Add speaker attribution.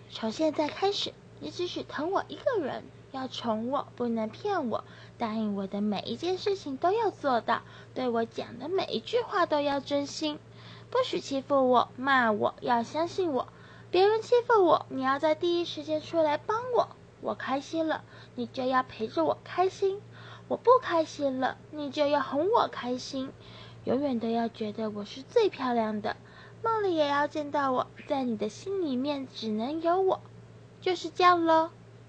Speaker 1: 从现在开始，你只许疼我一个人，要宠我，不能骗我，答应我的每一件事情都要做到，对我讲的每一句话都要真心，不许欺负我、骂我，要相信我。别人欺负我，你要在第一时间出来帮我。我开心了，你就要陪着我开心；我不开心了，你就要哄我开心。永远都要觉得我是最漂亮的，梦里也要见到我，在你的心里面只能有我。就是这样咯。